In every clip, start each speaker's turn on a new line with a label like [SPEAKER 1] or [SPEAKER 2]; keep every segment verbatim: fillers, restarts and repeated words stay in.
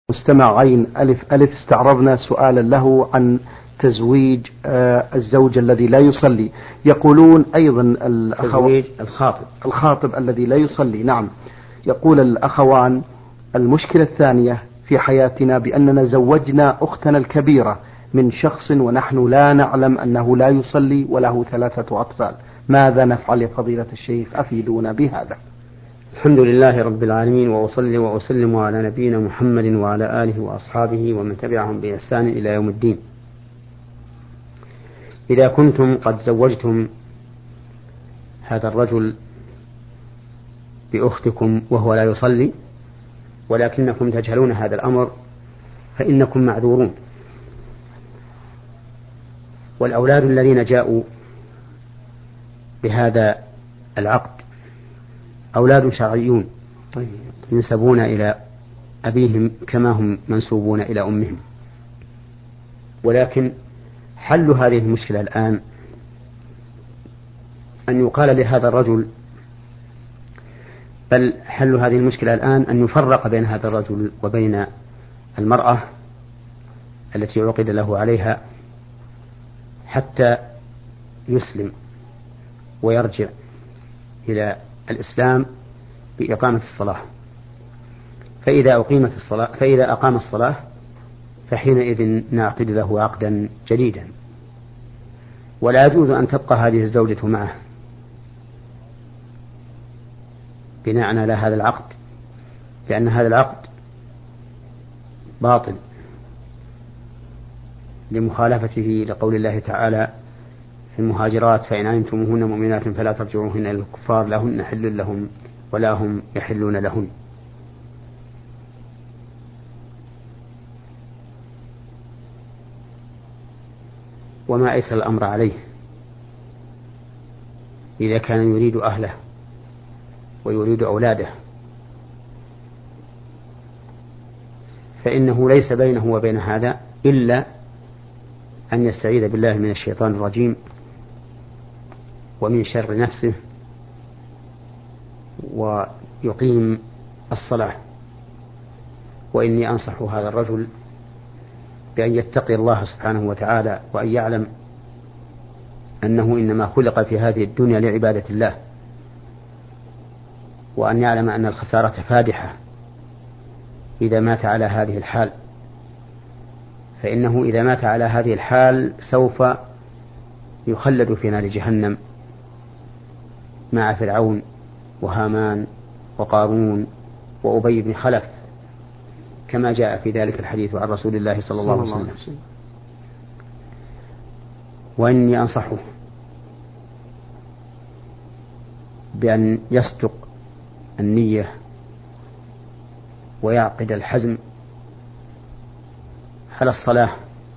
[SPEAKER 1] مستمع عين ألف ألف استعرضنا سؤالا له عن تزويج الزوج الذي لا يصلي. يقولون أيضا
[SPEAKER 2] تزويج الخاطب
[SPEAKER 1] الخاطب الذي لا يصلي. نعم. يقول الأخوان: المشكلة الثانية في حياتنا بأننا زوجنا أختنا الكبيرة من شخص ونحن لا نعلم أنه لا يصلي وله ثلاثة أطفال، ماذا نفعل يا فضيلة الشيخ؟ أفيدونا بهذا.
[SPEAKER 2] الحمد لله رب العالمين، وأصلي وأسلم على نبينا محمد وعلى آله وأصحابه ومن تبعهم بإحسان إلى يوم الدين. إذا كنتم قد زوجتم هذا الرجل بأختكم وهو لا يصلي ولكنكم تجهلون هذا الأمر فإنكم معذورون. والأولاد الذين جاءوا بهذا العقد أولاد شرعيون ينسبون إلى أبيهم كما هم منسوبون إلى أمهم، ولكن حل هذه المشكلة الآن أن يقال لهذا الرجل، بل حل هذه المشكلة الآن أن يفرق بين هذا الرجل وبين المرأة التي عقد له عليها حتى يسلم ويرجع إلى الإسلام بإقامة الصلاة. فإذا أقيمت الصلاة فإذا أقام الصلاة فحينئذ نعقد له عقدا جديدا، ولا يجوز أن تبقى هذه الزوجة معه بناء على هذا العقد، لأن هذا العقد باطل لمخالفته لقول الله تعالى في المهاجرات: فإن علمتموهن مؤمنات فلا ترجعوهن إلى الكفار لهن حل لهم ولا هم يحلون لهن. وما أيسر الأمر عليه إذا كان يريد أهله ويريد أولاده، فإنه ليس بينه وبين هذا إلا أن يستعيذ بالله من الشيطان الرجيم ومن شر نفسه ويقيم الصلاة. وإني أنصح هذا الرجل بأن يتقي الله سبحانه وتعالى، وأن يعلم أنه إنما خلق في هذه الدنيا لعبادة الله، وأن يعلم أن الخسارة فادحة إذا مات على هذه الحال، فإنه إذا مات على هذه الحال سوف يخلد في نار جهنم مع فرعون وهامان وقارون وأبي بن خلف، كما جاء في ذلك الحديث عن رسول الله صلى الله عليه وسلم. وإني أنصحه بأن يصدق النية ويعقد الحزم على الصلاة،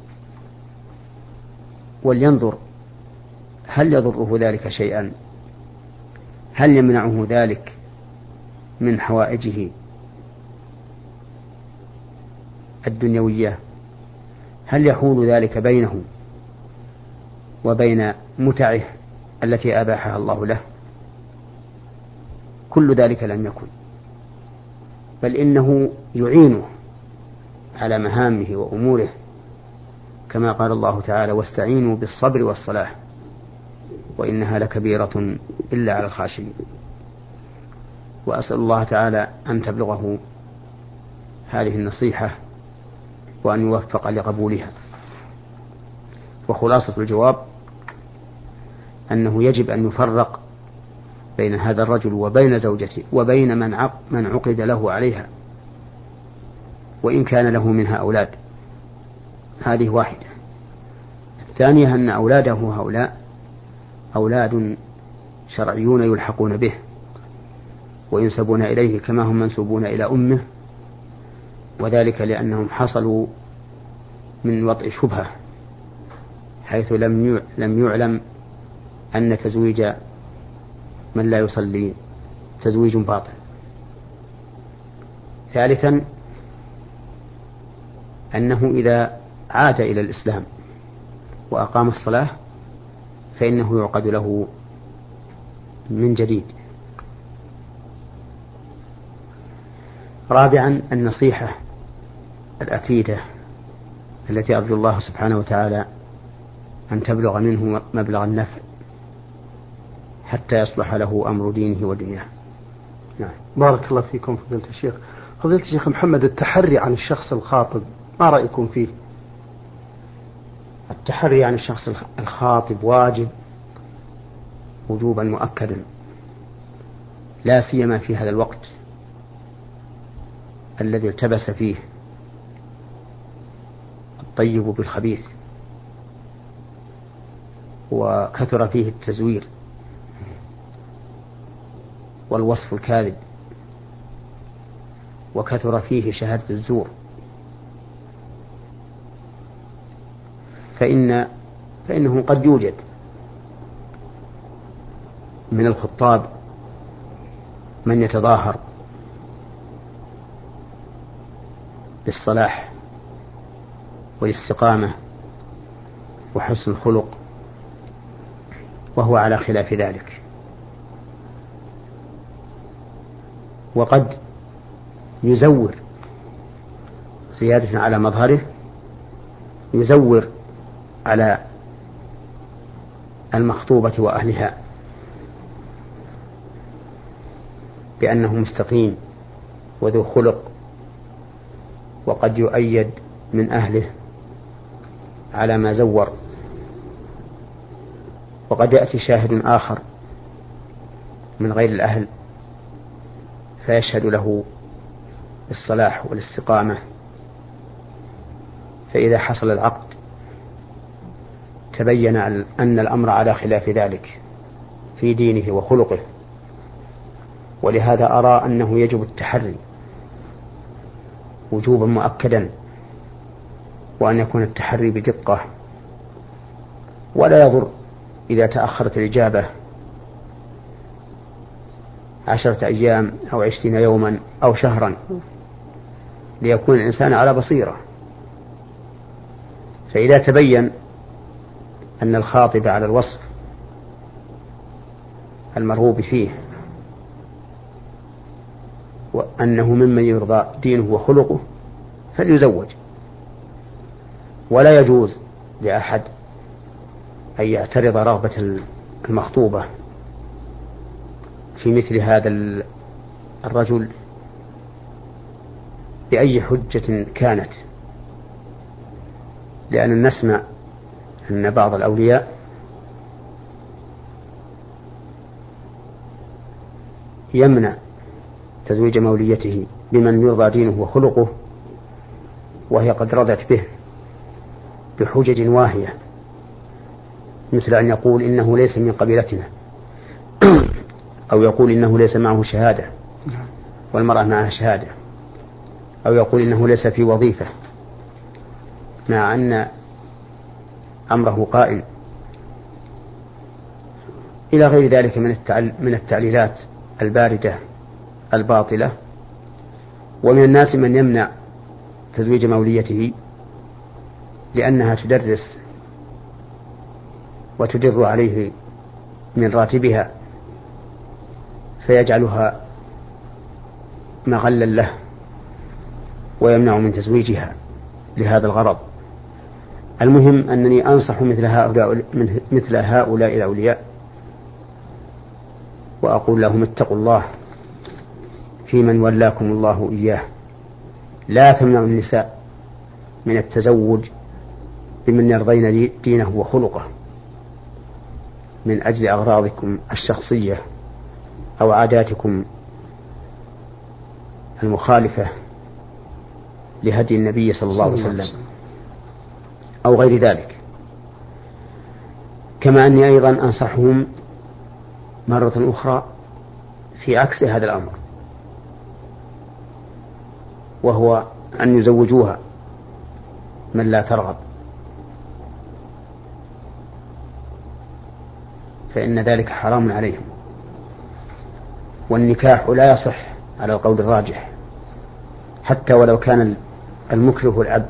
[SPEAKER 2] ولينظر هل يضره ذلك شيئا، هل يمنعه ذلك من حوائجه الدنيوية، هل يحول ذلك بينه وبين متعه التي أباحها الله له. كل ذلك لم يكن، بل إنه يعينه على مهامه وأموره، كما قال الله تعالى: واستعينوا بالصبر والصلاة وإنها لكبيرة إلا على الخاشعين. وأسأل الله تعالى أن تبلغه هذه النصيحة وأن يوفق لقبولها. وخلاصة الجواب أنه يجب أن يفرق بين هذا الرجل وبين زوجته وبين من عقد له عليها، وإن كان له منها أولاد. هذه واحدة. الثانية أن أولاده هؤلاء أولاد شرعيون يلحقون به وينسبون إليه كما هم منسوبون إلى أمه، وذلك لأنهم حصلوا من وضع شبهة، حيث لم لم يعلم أن تزويج من لا يصلي تزويج باطل. ثالثا أنه إذا عاد إلى الإسلام وأقام الصلاة فإنه يعقد له من جديد. رابعا النصيحة الأكيدة التي أرجو الله سبحانه وتعالى أن تبلغ منه مبلغ النفع حتى يصلح له أمر دينه ودنياه.
[SPEAKER 1] نعم. بارك الله فيكم فضيلة الشيخ. فضيلة الشيخ محمد، التحري عن الشخص الخاطب ما رأيكم فيه؟
[SPEAKER 2] التحري عن الشخص الخاطب واجب وجوبا مؤكدا، لا سيما في هذا الوقت الذي التبس فيه الطيب بالخبيث وكثر فيه التزوير والوصف الكاذب وكثر فيه شهادة الزور. فإن فإنه قد يوجد من الخطاب من يتظاهر بالصلاح والاستقامة وحسن الخلق وهو على خلاف ذلك، وقد يزور زيادة على مظهره، يزور على المخطوبة وأهلها بأنه مستقيم وذو خلق، وقد يؤيد من أهله على ما زور. وقد يأتي شاهد آخر من غير الأهل فيشهد له بالصلاح والاستقامة، فإذا حصل العقد تبين أن الأمر على خلاف ذلك في دينه وخلقه. ولهذا أرى أنه يجب التحري وجوبا مؤكدا، وأن يكون التحري بدقة، ولا يضر إذا تأخرت الإجابة عشرة أيام أو عشرين يوما أو شهرا، ليكون الإنسان على بصيرة. فإذا تبين أن الخاطب على الوصف المرغوب فيه وأنه ممن يرضى دينه وخلقه فليزوج، ولا يجوز لأحد أن يعترض رغبة المخطوبة في مثل هذا الرجل بأي حجة كانت، لأن نسمع أن بعض الأولياء يمنع تزويج موليته بمن يرضى دينه وخلقه وهي قد رضت به بحجج واهية، مثل أن يقول إنه ليس من قبيلتنا، أو يقول إنه ليس معه شهادة والمرأة معها شهادة، أو يقول إنه ليس في وظيفة مع أن أمره قائم، إلى غير ذلك من التعليلات الباردة الباطلة. ومن الناس من يمنع تزويج موليته لأنها تدرس وتدر عليه من راتبها فيجعلها مغلا له ويمنع من تزويجها لهذا الغرض. المهم أنني أنصح مثل هؤلاء, مثل هؤلاء الأولياء وأقول لهم اتقوا الله في من ولاكم الله إياه، لا تمنعوا النساء من التزوج بمن يرضين دينه وخلقه من أجل أغراضكم الشخصية أو عاداتكم المخالفة لهدي النبي صلى الله عليه وسلم أو غير ذلك. كما أني أيضا أنصحهم مرة أخرى في عكس هذا الأمر، وهو أن يزوجوها من لا ترغب، فإن ذلك حرام عليهم، والنكاح لا يصح على القول الراجح حتى ولو كان المكره الأب،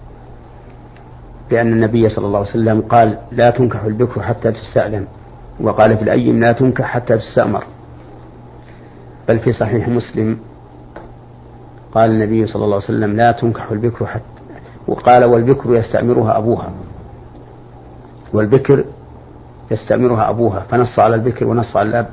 [SPEAKER 2] لأن النبي صلى الله عليه وسلم قال لا تنكح البكر حتى تستأذن، وقال في الأيم لا تنكح حتى تستأمر. بل في صحيح مسلم قال النبي صلى الله عليه وسلم لا تنكح البكر حتى، وقال والبكر يستأمرها أبوها، والبكر يستأمرها أبوها، فنص على البكر ونص على الأب.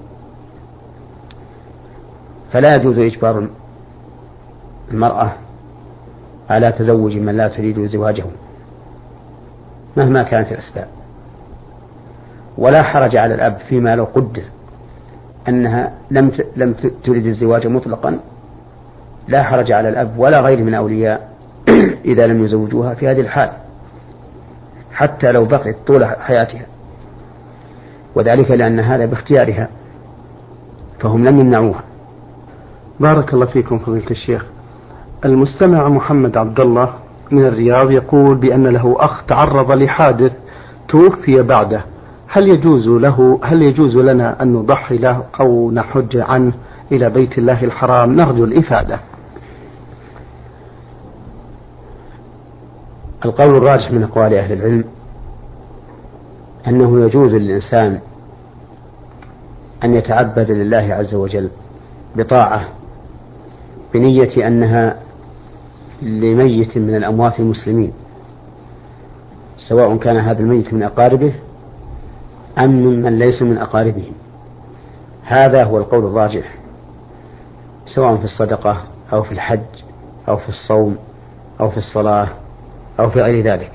[SPEAKER 2] فلا يجوز إجبار المرأة على تزوج من لا تريد زواجه مهما كانت الأسباب، ولا حرج على الأب فيما لو قدر أنها لم لم تريد الزواج مطلقا، لا حرج على الأب ولا غيره من أولياء إذا لم يزوجوها في هذه الحال حتى لو بقيت طول حياتها، وذلك لأن هذا باختيارها فهم لم يمنعوها.
[SPEAKER 1] بارك الله فيكم فضيلة الشيخ. المستمع محمد عبد الله من الرياض يقول بأن له أخ تعرض لحادث توفي بعده، هل يجوز له هل يجوز لنا أن نضحي له أو نحج عنه إلى بيت الله الحرام؟ نرجو الإفادة.
[SPEAKER 2] القول الراجح من أقوال أهل العلم أنه يجوز للإنسان أن يتعبد لله عز وجل بطاعة بنية أنها لميت من الأموات المسلمين، سواء كان هذا الميت من أقاربه أم من ليس من أقاربهم. هذا هو القول الراجح، سواء في الصدقة أو في الحج أو في الصوم أو في الصلاة أو في غير ذلك.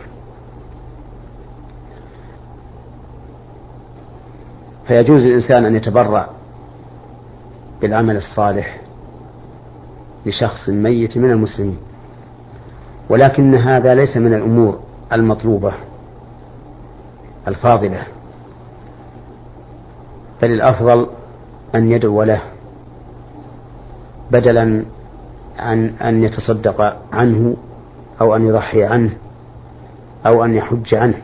[SPEAKER 2] فيجوز للإنسان أن يتبرع بالعمل الصالح لشخص ميت من المسلمين، ولكن هذا ليس من الأمور المطلوبة الفاضلة، بل الأفضل أن يدعو له بدلا عن أن يتصدق عنه أو أن يضحي عنه أو أن يحج عنه،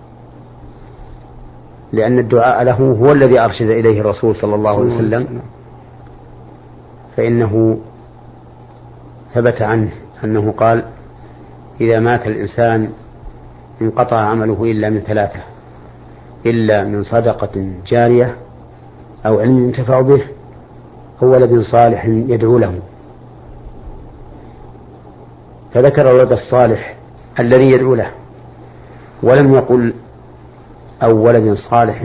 [SPEAKER 2] لأن الدعاء له هو الذي أرشد إليه الرسول صلى الله عليه وسلم، فإنه ثبت عنه أنه قال إذا مات الإنسان انقطع عمله إلا من ثلاثة، إلا من صدقة جارية أو علم ينتفع به أو ولد صالح يدعو له. فذكر الولد الصالح الذي يدعو له، ولم يقل أو ولد صالح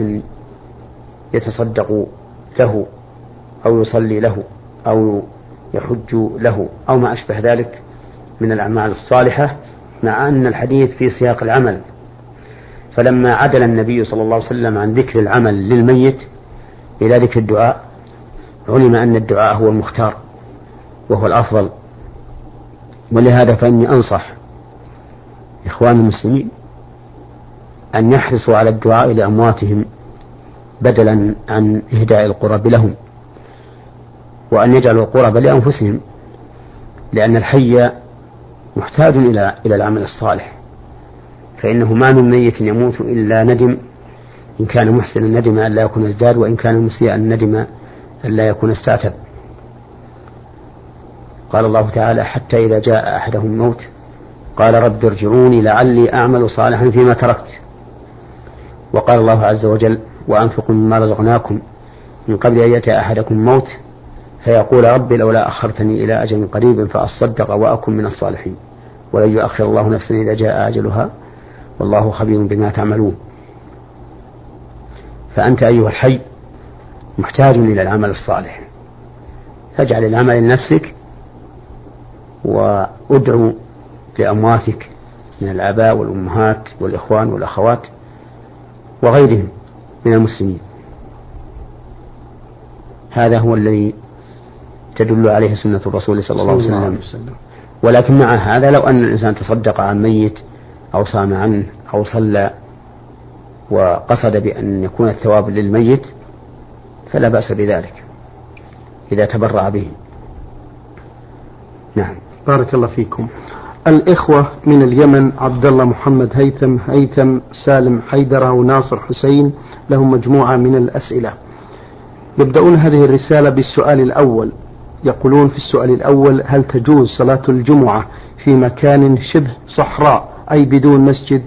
[SPEAKER 2] يتصدق له أو يصلي له أو يحج له أو ما أشبه ذلك من الأعمال الصالحة، مع أن الحديث في سياق العمل. فلما عدل النبي صلى الله عليه وسلم عن ذكر العمل للميت إلى ذكر الدعاء، علم أن الدعاء هو المختار وهو الأفضل. ولهذا فإني أنصح إخوان المسلمين أن يحرصوا على الدعاء لأمواتهم بدلا عن إهداء القرب لهم، وأن يجعلوا القرب لأنفسهم، لأن الحي محتاج إلى إلى العمل الصالح، فإنه ما من ميت يموت إلا ندم، إن كان محسنا ندم أن لا يكون ازداد، وإن كان مسيئا ندم أن لا يكون استعتب. قال الله تعالى حتى إذا جاء أحدهم الموت قال رب ارجعوني لعلي أعمل صالحا فيما تركت. وقال الله عز وجل وأنفقوا مما رزقناكم من قبل أن يأتي أحدكم الموت فيقول رب لولا أخرتني إلى أجل قريب فأصدق وأكن من الصالحين ولن يؤخر الله نفسا إذا جاء أجلها والله خبير بما تعملون. فأنت أيها الحي محتاج إلى العمل الصالح، فاجعل العمل لنفسك وادعو لأمواتك من الآباء والأمهات والإخوان والأخوات وغيرهم من المسلمين. هذا هو الذي تدل عليه سنة الرسول صلى الله عليه وسلم. ولكن مع هذا لو أن الإنسان تصدق عن ميت أو صام عنه أو صلى وقصد بأن يكون الثواب للميت فلا بأس بذلك إذا تبرع به. نعم.
[SPEAKER 1] بارك الله فيكم. الإخوة من اليمن عبد الله محمد هيثم هيثم سالم حيدرة وناصر حسين لهم مجموعة من الأسئلة. يبدأون هذه الرسالة بالسؤال الأول، يقولون في السؤال الأول: هل تجوز صلاة الجمعة في مكان شبه صحراء أي بدون مسجد؟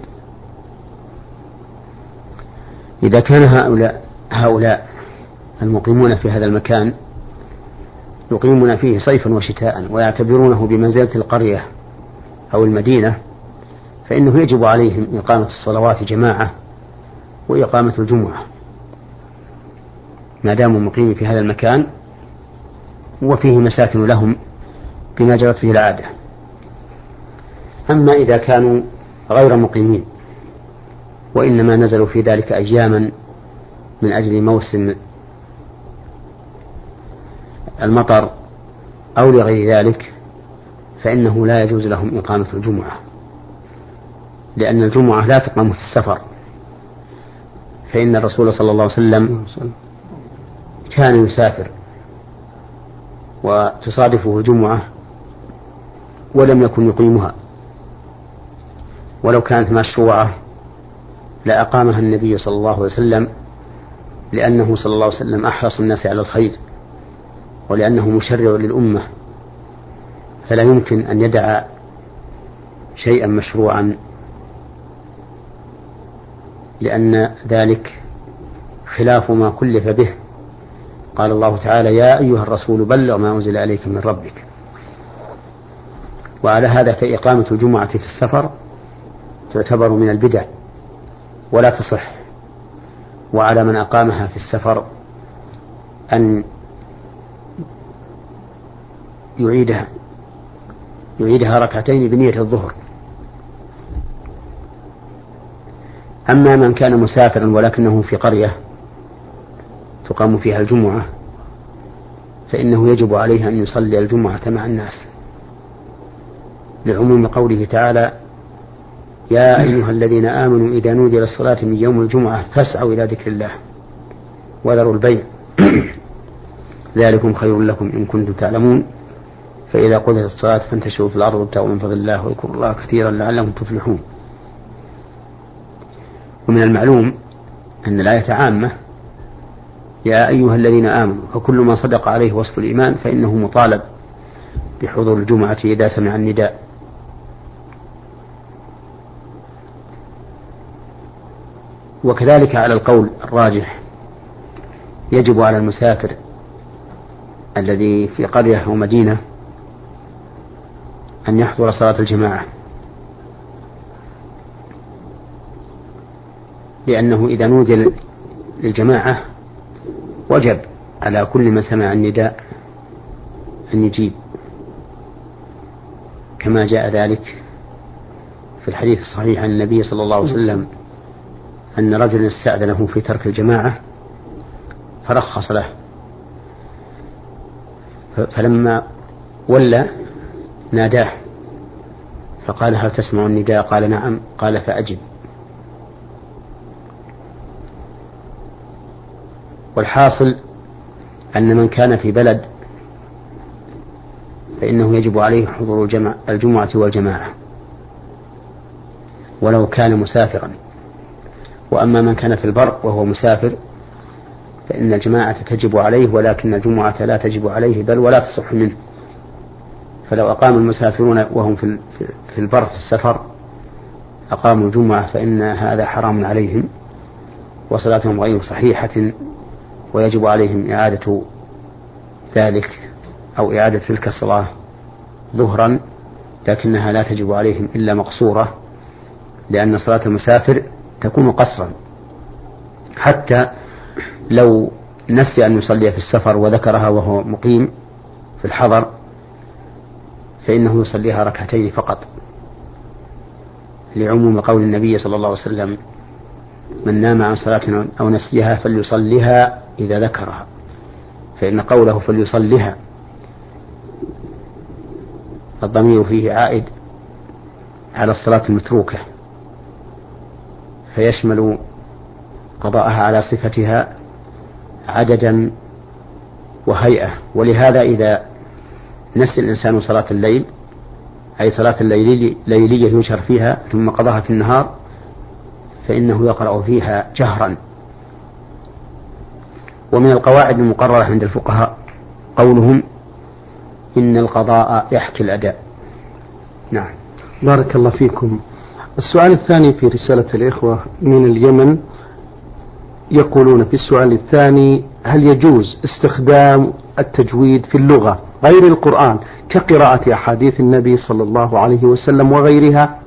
[SPEAKER 2] إذا كان هؤلاء هؤلاء المقيمون في هذا المكان يقيمون فيه صيفا وشتاء ويعتبرونه بمنزلة القرية أو المدينة، فإنه يجب عليهم إقامة الصلوات جماعة وإقامة الجمعة ما داموا مقيمين في هذا المكان وفيه مساكن لهم بما جرت فيه العادة. أما إذا كانوا غير مقيمين وإنما نزلوا في ذلك أياما من أجل موسم المطر أو لغير ذلك، فإنه لا يجوز لهم إقامة الجمعة، لأن الجمعة لا تقام في السفر، فإن الرسول صلى الله عليه وسلم كان يسافر وتصادفه الجمعة ولم يكن يقيمها، ولو كانت مشروعة لأقامها النبي صلى الله عليه وسلم، لأنه صلى الله عليه وسلم أحرص الناس على الخير ولأنه مشرع للأمة، فلا يمكن أن يدع شيئا مشروعا، لأن ذلك خلاف ما كلف به. قال الله تعالى: يا أيها الرسول بلغ ما أنزل إليك من ربك. وعلى هذا فإقامة الجمعة في السفر تعتبر من البدع ولا تصح، وعلى من أقامها في السفر أن يعيدها يعيدها ركعتين بنية الظهر. أما من كان مسافرا ولكنه في قرية تقام فيها الجمعة، فإنه يجب عليه أن يصلي الجمعة مع الناس، لعموم قوله تعالى: يا أيها الذين آمنوا إذا نودي للصلاة من يوم الجمعة فاسعوا إلى ذكر الله وذروا البيع ذلكم خير لكم إن كنتم تعلمون، فإذا قضيت الصلاة فانتشروا في الأرض وابتغوا من فضل الله واذكروا الله كثيرا لعلكم تفلحون. ومن المعلوم أن الآية عامة: يا أيها الذين آمنوا، فكل من صدق عليه وصف الإيمان فإنه مطالب بحضور الجمعة إذا سمع النداء. وكذلك على القول الراجح يجب على المسافر الذي في قرية أو مدينة أن يحضر صلاة الجماعة، لأنه إذا نودي للجماعة وجب على كل من سمع النداء أن يجيب، كما جاء ذلك في الحديث الصحيح عن النبي صلى الله عليه وسلم أن رجلا استأذنه في ترك الجماعة فرخص له، فلما ولى ناداه فقال: هل تسمع النداء؟ قال: نعم. قال: فأجب. والحاصل أن من كان في بلد فإنه يجب عليه حضور الجمع الجمعة والجماعة ولو كان مسافرا. وأما من كان في البر وهو مسافر فإن الجماعة تجب عليه ولكن الجمعة لا تجب عليه بل ولا تصح منه. فلو أقام المسافرون وهم في البر في السفر أقاموا الجمعة فإن هذا حرام عليهم وصلاتهم غير صحيحة، ويجب عليهم إعادة ذلك أو إعادة تلك الصلاة ظهرا، لكنها لا تجب عليهم إلا مقصورة، لأن صلاة المسافر تكون قصرا، حتى لو نسي أن يصلي في السفر وذكرها وهو مقيم في الحضر فإنه يصليها ركعتين فقط، لعموم قول النبي صلى الله عليه وسلم: من نام عن صلاة أو نسيها فليصليها إذا ذكرها، فإن قوله فليصليها الضمير فيه عائد على الصلاة المتروكة، فيشمل قضاءها على صفتها عددا وهيئة. ولهذا إذا نسي الإنسان صلاة الليل أي صلاة الليلية يشهر فيها ثم قضاها في النهار فإنه يقرأ فيها جهرا. ومن القواعد المقررة عند الفقهاء قولهم: إن القضاء يحكي الأداء. نعم.
[SPEAKER 1] بارك الله فيكم. السؤال الثاني في رسالة الإخوة من اليمن يقولون في السؤال الثاني: هل يجوز استخدام التجويد في اللغة غير القرآن كقراءة أحاديث النبي صلى الله عليه وسلم وغيرها؟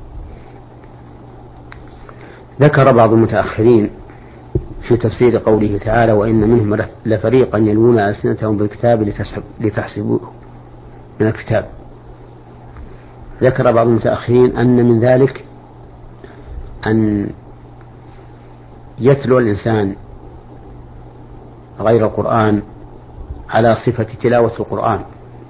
[SPEAKER 2] ذكر بعض المتأخرين في تفسير قوله تعالى وإن منهم لفريقا يلوون ألسنتهم بالكتاب لتحسبوه من الكتاب. ذكر بعض المتأخرين أن من ذلك أن يتلو الإنسان غير القرآن على صفة تلاوة القرآن،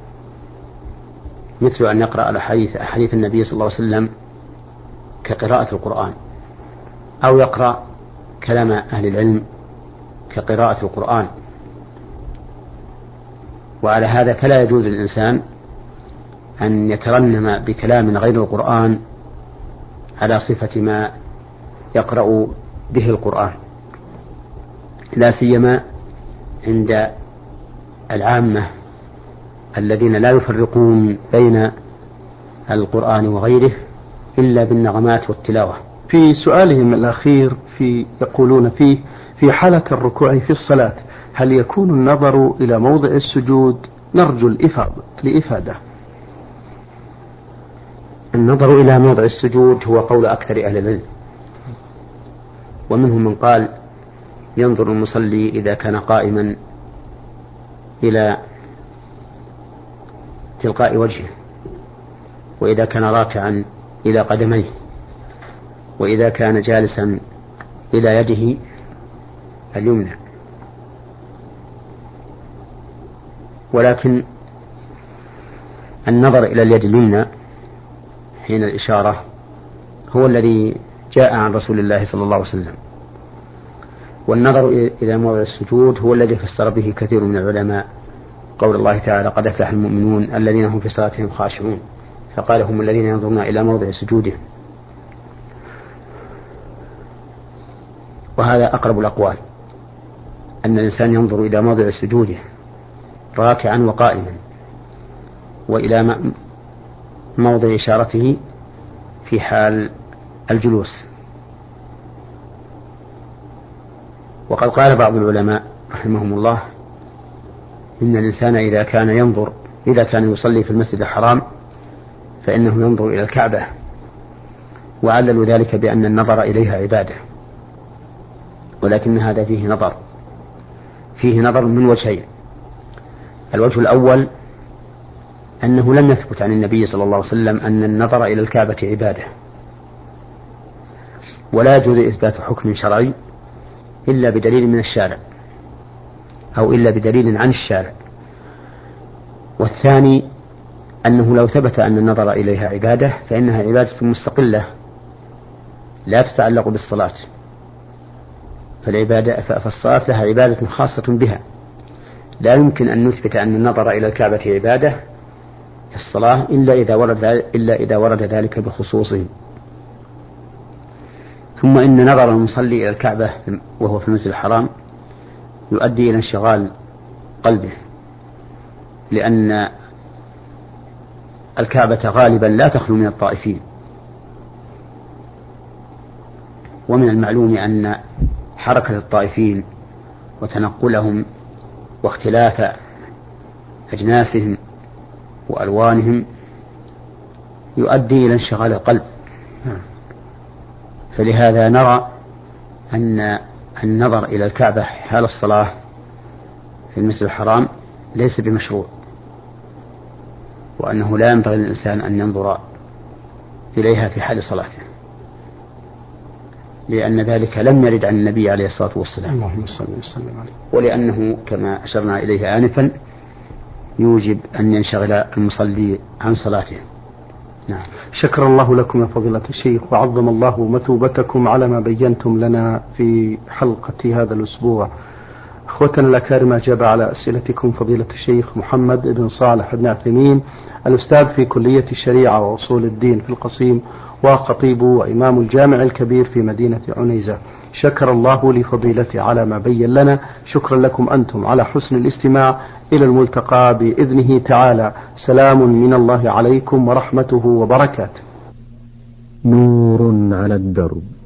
[SPEAKER 2] مثل أن يقرأ الأحاديث أحاديث النبي صلى الله عليه وسلم كقراءة القرآن، أو يقرأ كلام أهل العلم كقراءة القرآن. وعلى هذا فلا يجوز للإنسان أن يترنم بكلام غير القرآن على صفة ما يقرأ به القرآن، لا سيما عند العامة الذين لا يفرقون بين القرآن وغيره إلا بالنغمات والتلاوة.
[SPEAKER 1] في سؤالهم الأخير في يقولون فيه في حالة الركوع في الصلاة هل يكون النظر إلى موضع السجود؟ نرجو الإفادة لإفادة.
[SPEAKER 2] النظر إلى موضع السجود هو قول أكثر أهل العلم، ومنهم من قال ينظر المصلي إذا كان قائما إلى تلقاء وجهه، وإذا كان راكعا إلى قدميه، وإذا كان جالسا إلى يده اليمنى. ولكن النظر إلى اليد اليمنى حين الإشارة هو الذي جاء عن رسول الله صلى الله عليه وسلم، والنظر إلى موضع السجود هو الذي فسر به كثير من العلماء قول الله تعالى قد أفلح المؤمنون الذين هم في صلاتهم خاشعون، فقال هم الذين ينظرون إلى موضع سجودهم. وهذا أقرب الأقوال، أن الإنسان ينظر إلى موضع سجوده راكعا وقائما، وإلى موضع إشارته في حال الجلوس. وقد قال بعض العلماء رحمهم الله إن الإنسان إذا كان ينظر إذا كان يصلي في المسجد الحرام فإنه ينظر إلى الكعبة، وعللوا ذلك بأن النظر إليها عبادة، ولكن هذا فيه نظر فيه نظر من وجهين. الوجه الأول أنه لم يثبت عن النبي صلى الله عليه وسلم أن النظر إلى الكعبة عبادة، ولا يجوز إثبات حكم شرعي إلا بدليل من الشارع أو إلا بدليل عن الشارع. والثاني أنه لو ثبت أن النظر إليها عبادة فإنها عبادة مستقلة لا تتعلق بالصلاة، فالعبادة فالصلاة لها عبادة خاصة بها، لا يمكن أن نثبت أن النظر إلى الكعبة عبادة في الصلاة إلا إذا ورد إلا إذا ورد ذلك بخصوصه. ثم إن نظر المصلي إلى الكعبة وهو في المسجد الحرام يؤدي إلى انشغال قلبه، لأن الكعبة غالبا لا تخلو من الطائفين، ومن المعلوم أن حركة الطائفين وتنقلهم واختلاف أجناسهم وألوانهم يؤدي إلى انشغال القلب. فلهذا نرى أن النظر إلى الكعبة حال الصلاة في المسجد الحرام ليس بمشروع، وأنه لا ينبغي للإنسان أن ينظر إليها في حال صلاته، لأن ذلك لم يرد عن النبي عليه الصلاة والسلام،
[SPEAKER 1] اللهم صل وسلم عليه،
[SPEAKER 2] ولأنه كما أشرنا إليه آنفا يوجب أن ينشغل المصلي عن صلاته.
[SPEAKER 1] نعم. شكر الله لكم يا فضيلة الشيخ، وعظم الله مثوبتكم على ما بينتم لنا في حلقة هذا الأسبوع. أخوتنا الأكارم، أجاب على أسئلتكم فضيلة الشيخ محمد بن صالح بن عثيمين، الأستاذ في كلية الشريعة وأصول الدين في القصيم، وخطيب وإمام الجامع الكبير في مدينة عنيزة. شكر الله لفضيلته على ما بين لنا. شكرا لكم أنتم على حسن الاستماع. إلى الملتقى بإذنه تعالى. سلام من الله عليكم ورحمته وبركاته.
[SPEAKER 3] نور على الدرب.